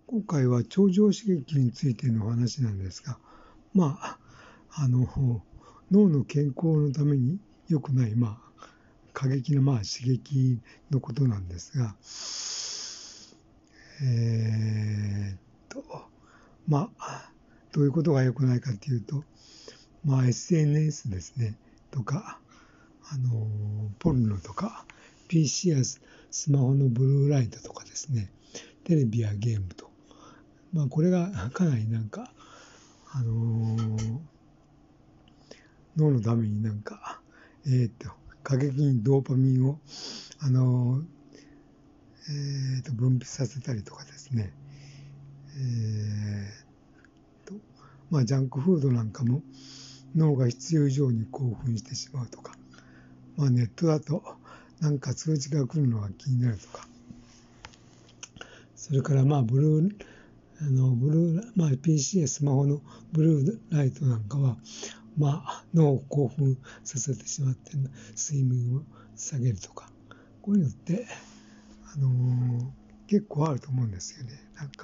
今回は超常刺激についての話なんですが、脳の健康のために良くない、過激な刺激のことなんですが、どういうことが良くないかというと、SNS ですね、とか、ポルノとか、PC やスマホのブルーライトとかですね、テレビやゲームと、これがかなり脳のために過激にドーパミンを、分泌させたりとかですね、ジャンクフードなんかも脳が必要以上に興奮してしまうとか、ネットだと通知が来るのが気になるとか、それからPC やスマホのブルーライトなんかは、脳を興奮させてしまって睡眠を下げるとか、こういうのって、結構あると思うんですよね。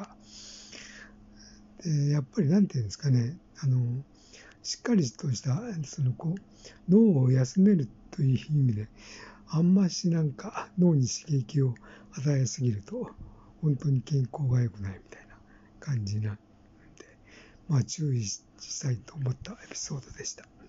やっぱりなんていうんですかね、しっかりとした脳を休めるという意味で、あんまし脳に刺激を与えすぎると本当に健康が良くないみたいな感じなんで、注意したいと思ったエピソードでした。